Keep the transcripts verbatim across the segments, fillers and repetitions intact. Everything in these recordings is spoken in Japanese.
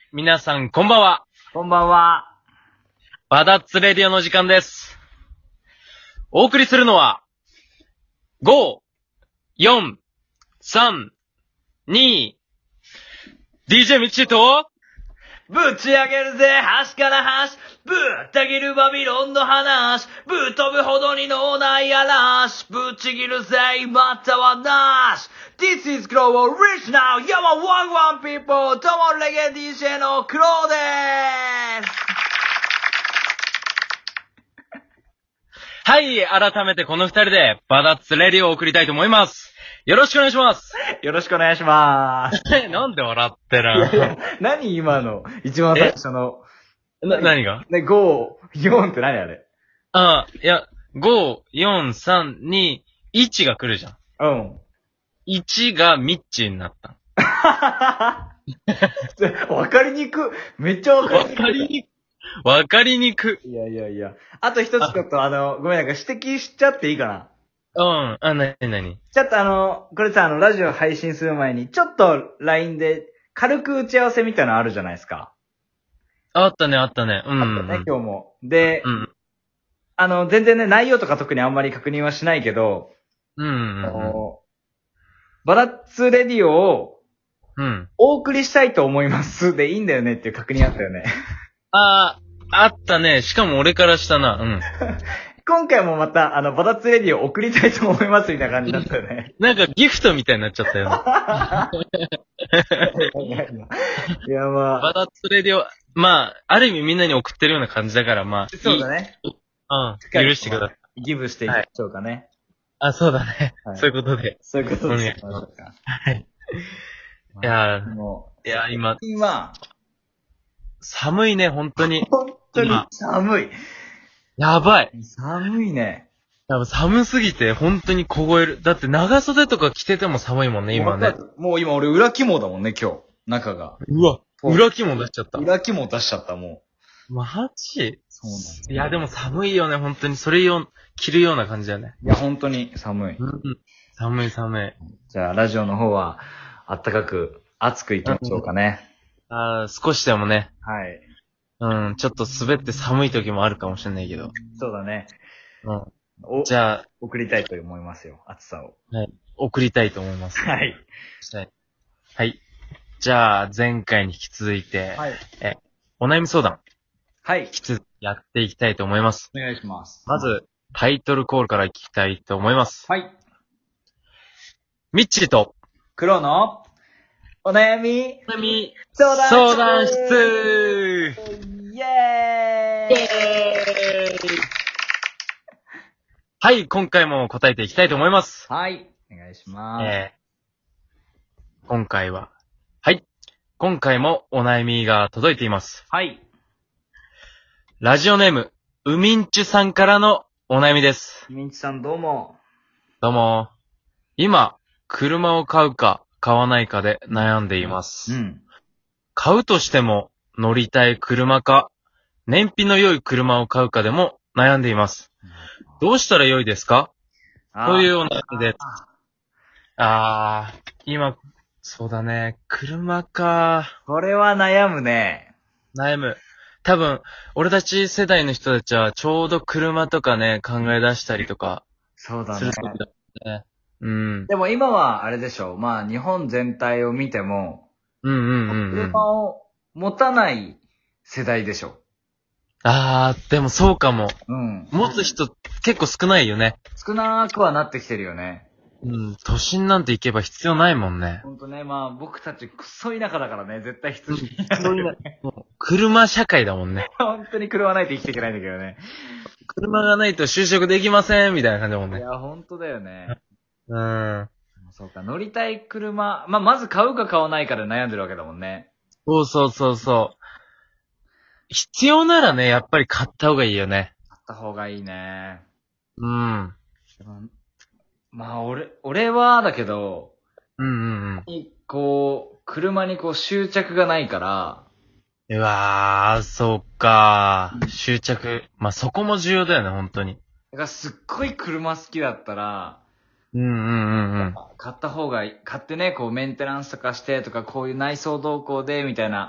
皆さんこんばんは。 こんばんは。 バダッツレディオの時間です。お送りするのは、ご、よん、さん、に、ディージェー ミッチーと、 ぶち上げるぜ、端から端。ぶった切るバビロンの話。ぶっ飛ぶほどに脳内嵐。ぶっちぎるぜ、またはなし。This is Global Rich Now. Yo, one one people. どうもレゲエ ディージェー のクローでーす。 はい、改めてこの二人で、バダッツレディオを送りたいと思います。よろしくお願いします。 よろしくお願いしまーす。 なんで笑ってるいやいや、何今の、一番最初の。 な、何がね、ご、よんって何あれ？ ああ、いや、ご、よん、さん、に、いちが来るじゃん。 うん。 いちがミッチーになった。 わかりにく。めっちゃわかりにく。 わかりにく。わかりにく。 いやいやいや。あと一つちょっとあの、ごめんなんか指摘しちゃっていいかな？ うん。あ、なになにちょっとあの、これさ、あの、ラジオ配信する前に、ちょっと ライン で軽く打ち合わせみたいなのあるじゃないですか。 あったね、あったね。うん、うん。 あったね、今日も。で、 うん。 あの、全然ね、内容とか特にあんまり確認はしないけど、 うん、うん。 あのバラッツレディオを、 うん。 お送りしたいと思いますでいいんだよねっていう確認あったよね。 ああ、あったね。しかも俺からしたな。うん。 今回もまた、あの、バラッツレディオを送りたいと思いますみたいな感じだったよね。 なんかギフトみたいになっちゃったよ。 いや、まあ。 バダッツレディオ、まあ、ある意味みんなに送ってるような感じだから、まあ。 そうだね。 うん。許してください。 ギブしていきましょうかね。 はい、あ、そうだね、はい。そういうことで。 そういうことで。 はい。いやー、もういやー今、 今、 寒いね、本当に。 本当に寒い。 やばい。 寒いね。 やっぱ寒すぎて、本当に凍える。だって長袖とか着てても寒いもんね、今ね。 もう今俺裏肝だもんね、今日。中が。 うわ、裏肝出しちゃった。 裏肝出しちゃった、もう。マジ？ そうなんです。 いや、でも寒いよね、本当に。それ用、着るような感じだよね。 いや、本当に寒い。 うん。寒い寒い。 じゃあ、ラジオの方は、あったかく、熱くいきましょうかね。 ああ、少しでもね。 はい。 うん、ちょっと滑って寒い時もあるかもしれないけど。 そうだね。 うん。じゃあ、 送りたいと思いますよ、暑さを。 はい。送りたいと思います。 はい。 はい。はい。じゃあ、前回に引き続いて、 はい。 え、お悩み相談。 はい。 引き続きやっていきたいと思います。 お願いします。 まず、タイトルコールから聞きたいと思います。 はい。 ミッチーと、 黒の、お悩み、 お悩み、 相談室相談室イェーイイェーイはい、今回も答えていきたいと思います。 はい。お願いします。 えー、今回は、はい。今回もお悩みが届いています。 はい。 ラジオネーム、ウミンチュさんからのお悩みです。 ウミンチュさんどうも。 どうも。今、車を買うか買わないかで悩んでいます。 うん。 買うとしても乗りたい車か、燃費の良い車を買うかでも悩んでいます。どうしたら良いですか？というお悩みです。あー、今、そうだね。車か。 これは悩むね。 悩む。多分、俺たち世代の人たちはちょうど車とかね、考え出したりとか、 そうだね。 する時だね。うん。 でも今はあれでしょう。まあ日本全体を見ても、 うんうんうん、うん。 車を持たない世代でしょ。 あー、でもそうかも。 うん。 持つ人結構少ないよね。 少なくはなってきてるよね。 うん、都心なんて行けば必要ないもんね。 ほんとね、まあ僕たちクソ田舎だからね、絶対必要ない。 そういうね、車社会だもんね。 本当に車ないと生きていけないんだけどね。 車がないと就職できませんみたいな感じだもんね。 いや、ほんとだよね。 うん。 そうか、乗りたい車、まあまず買うか買わないかで悩んでるわけだもんね。 そうそうそうそう。必要ならね、やっぱり買った方がいいよね。 買った方がいいね。 うん。 まあ俺、俺はだけど、 うんうんうん。 こう、車にこう執着がないから、 うわー、そうかー。執着。まあ、そこも重要だよね、本当に。 だからすっごい車好きだったら、 うんうんうんうん。 買った方がいい。買ってね、こうメンテナンスとかしてとか、こういう内装動向で、みたいな、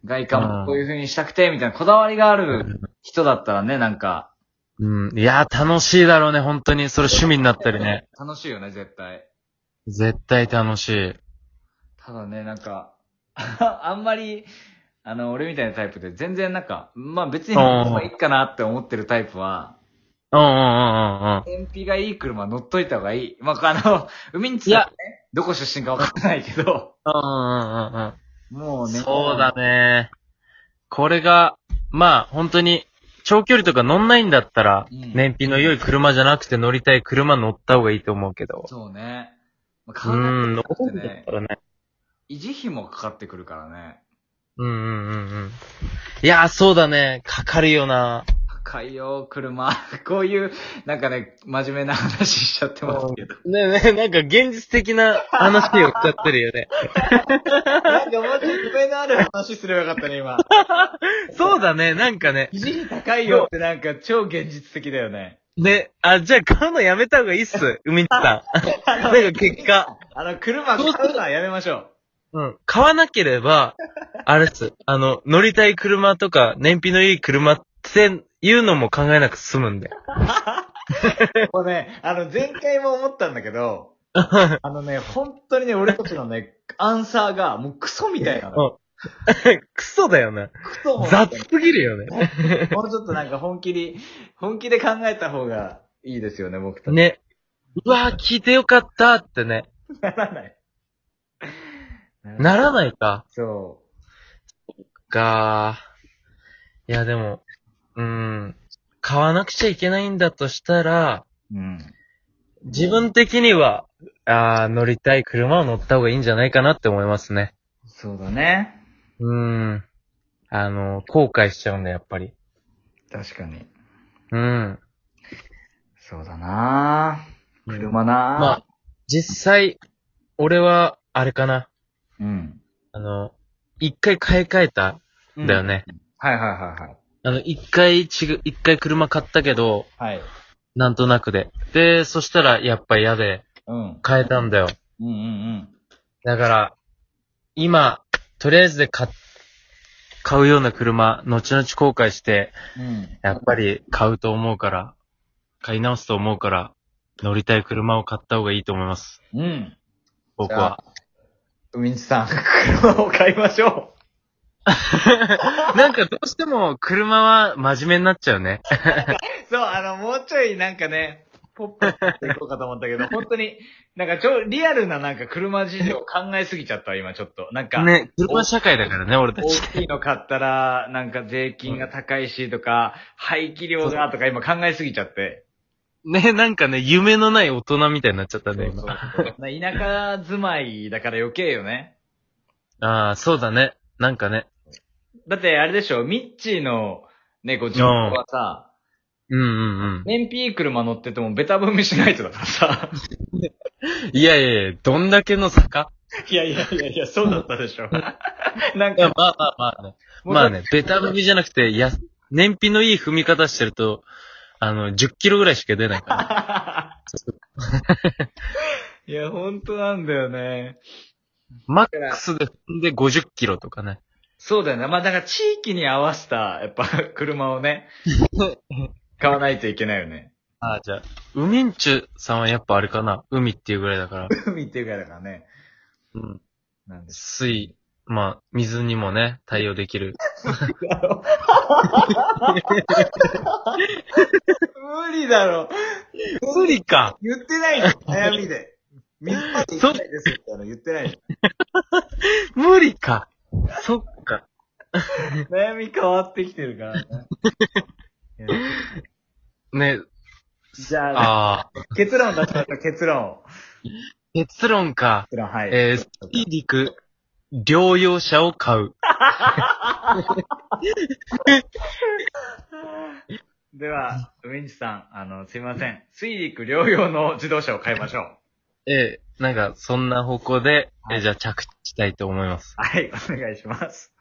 外観もこういう風にしたくて、みたいなこだわりがある人だったらね、なんか。 うん。いやー、楽しいだろうね、本当に。それ趣味になったりね。 楽しいよね、絶対。 絶対楽しい。 ただね、なんか、あんまり、あの、俺みたいなタイプで全然なんか、まあ別に、まあいいかなって思ってるタイプは、 うんうんうんうんうん。 燃費がいい車乗っといた方がいい。まあ、あの、海んちさんね、どこ出身かわからないけど、 うんうんうんうん。 もうね。 そうだね。これが、まあ本当に、長距離とか乗んないんだったら、 うん、 燃費の良い車じゃなくて乗りたい車乗った方がいいと思うけど。 そうね。まあ、 うーん、乗考えてるんだっね、 たらね。 維持費もかかってくるからね。 うんうんうんうん。いやー、そうだね。かかるよな。 高いよ、車。こういう、なんかね、真面目な話しちゃってますけど。 ねえねえ、なんか現実的な話をしちゃってるよね。 なんかもうちょい夢のある話すればよかったね、今。 そうだね、なんかね。 維持費高いよってなんか超現実的だよね。 ね、あ、じゃあ買うのやめた方がいいっす。海んちさん。なんか結果。 あの、車買うのはやめましょうん。買わなければ、あれっす。あの、乗りたい車とか、燃費のいい車っていうのも考えなく済むんだよ。 う。もうね、あの、前回も思ったんだけど、あのね、本当にね、俺たちのね、アンサーがもうクソみたいなの。 クソだよね。 クソも雑すぎるよね。 もうちょっとなんか本気に、本気で考えた方がいいですよね、僕たち。 ね。うわー、聞いてよかったってね。 ならない。 ならないか。 そかー。いや、でも、うーん。買わなくちゃいけないんだとしたら、 う。うん。 自分的には、あー、乗りたい車を乗った方がいいんじゃないかなって思いますね。 そうだね。 うーん。あの、後悔しちゃうんだ、やっぱり。 確かに。 うん。 そうだなぁ。車なぁ。 まあ、実際、俺は、あれかな。 うん。 あの、一回買い替えたんだよね。 はいはいはいはい。 あの、一回違う、一回車買ったけど、 はい。 なんとなくで。で、そしたらやっぱ嫌でうん。 変えたんだよ。 うんうんだから、今、とりあえずで買、買うような車、後々後悔して、 うん。うん。 やっぱり買うと思うから、買い直すと思うから、乗りたい車を買った方がいいと思います。 うん。 僕は。 海んちさん、車を買いましょなんかどうしても車は真面目になっちゃうね。 う。そう、あの、もうちょいなんかね、ポップっていこうかと思ったけど、本当に、なんかちょ、リアルななんか車事情考えすぎちゃった、今ちょっと。なんか、 ね、車社会だからね、俺た大ち。 きいの買ったら、なんか税金が高いしとか、排気量がとか今考えすぎちゃって。 ね、なんかね、夢のない大人みたいになっちゃったね、 そう今。 そうそう田舎住まいだから余計よね。 ああ、そうだね。なんかね。 だってあれでしょ、ミッチーのね、こう、情報はさ、 うんうんうん。 燃費いい車乗っててもベタ踏みしないとだからさ。 いやいやいや、どんだけの坂いやいやいやいや、そうだったでしょ。なんいや、 か、 まあまあまあね。まあね、ベタ踏みじゃなくて、や、燃費のいい踏み方してると、あの、じゅっキロぐらいしか出ないから。 いや、ほんとなんだよね。 マックスで踏んでごじゅっキロとかね。 そうだよね。まあ、だから地域に合わせた、やっぱ、車をね、買わないといけないよね。 ああ、じゃあ、ウミンチュさんはやっぱあれかな。海っていうぐらいだから。 海っていうかだからね。 うん。 なんです。 水、まあ、水にもね、対応できる。 無理だろ。 無理か。 言ってないじゃん、悩みで。水まで行きたいですってあの言ってないじ無理か。そっか。 ゃん。悩み変わってきてるからね。 ね、 じゃあ、 ああ、 結論出しましょう、結論。 結論か。 結論、はい。 えー、水陸、療養者を買う。 では、ウィンチさん、あの、すいません。水陸両用の自動車を買いましょう。 えー、なんか、そんな方向で、 はいえーじゃあ着地したいと思います。 はい、お願いします。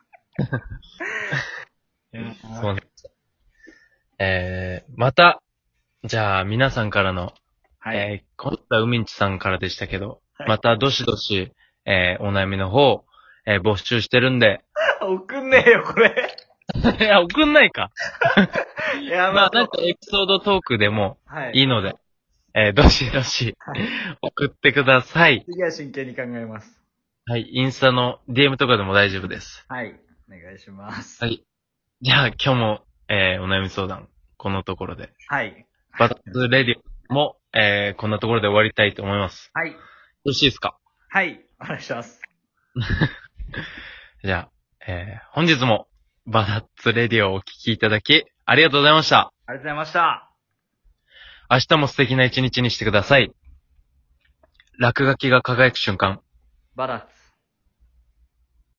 そうね。えー、また、じゃあ、皆さんからの、 はい。 えー、今度はウミンチさんからでしたけど、 はいまた、どしどし、えー、お悩みの方、 えー募集してるんで。 送んねえよ、これ。 いや、送んないか。 いや、 まあ、なんかエピソードトークでもはい。 いいので、えーどしどしはい送ってください。 次は真剣に考えます。 はい、インスタの ディーエム とかでも大丈夫です。 はい。お願いします。 はい。じゃあ今日も、えーお悩み相談、このところで。 はい。 バタツレディオも、えーこんなところで終わりたいと思います。 はい。 よろしいですか？ はい。お願いします。 じゃあ、えー本日もバタツレディオをお聞きいただき、ありがとうございました。 ありがとうございました。 明日も素敵な一日にしてください。落書きが輝く瞬間。 バラッツ。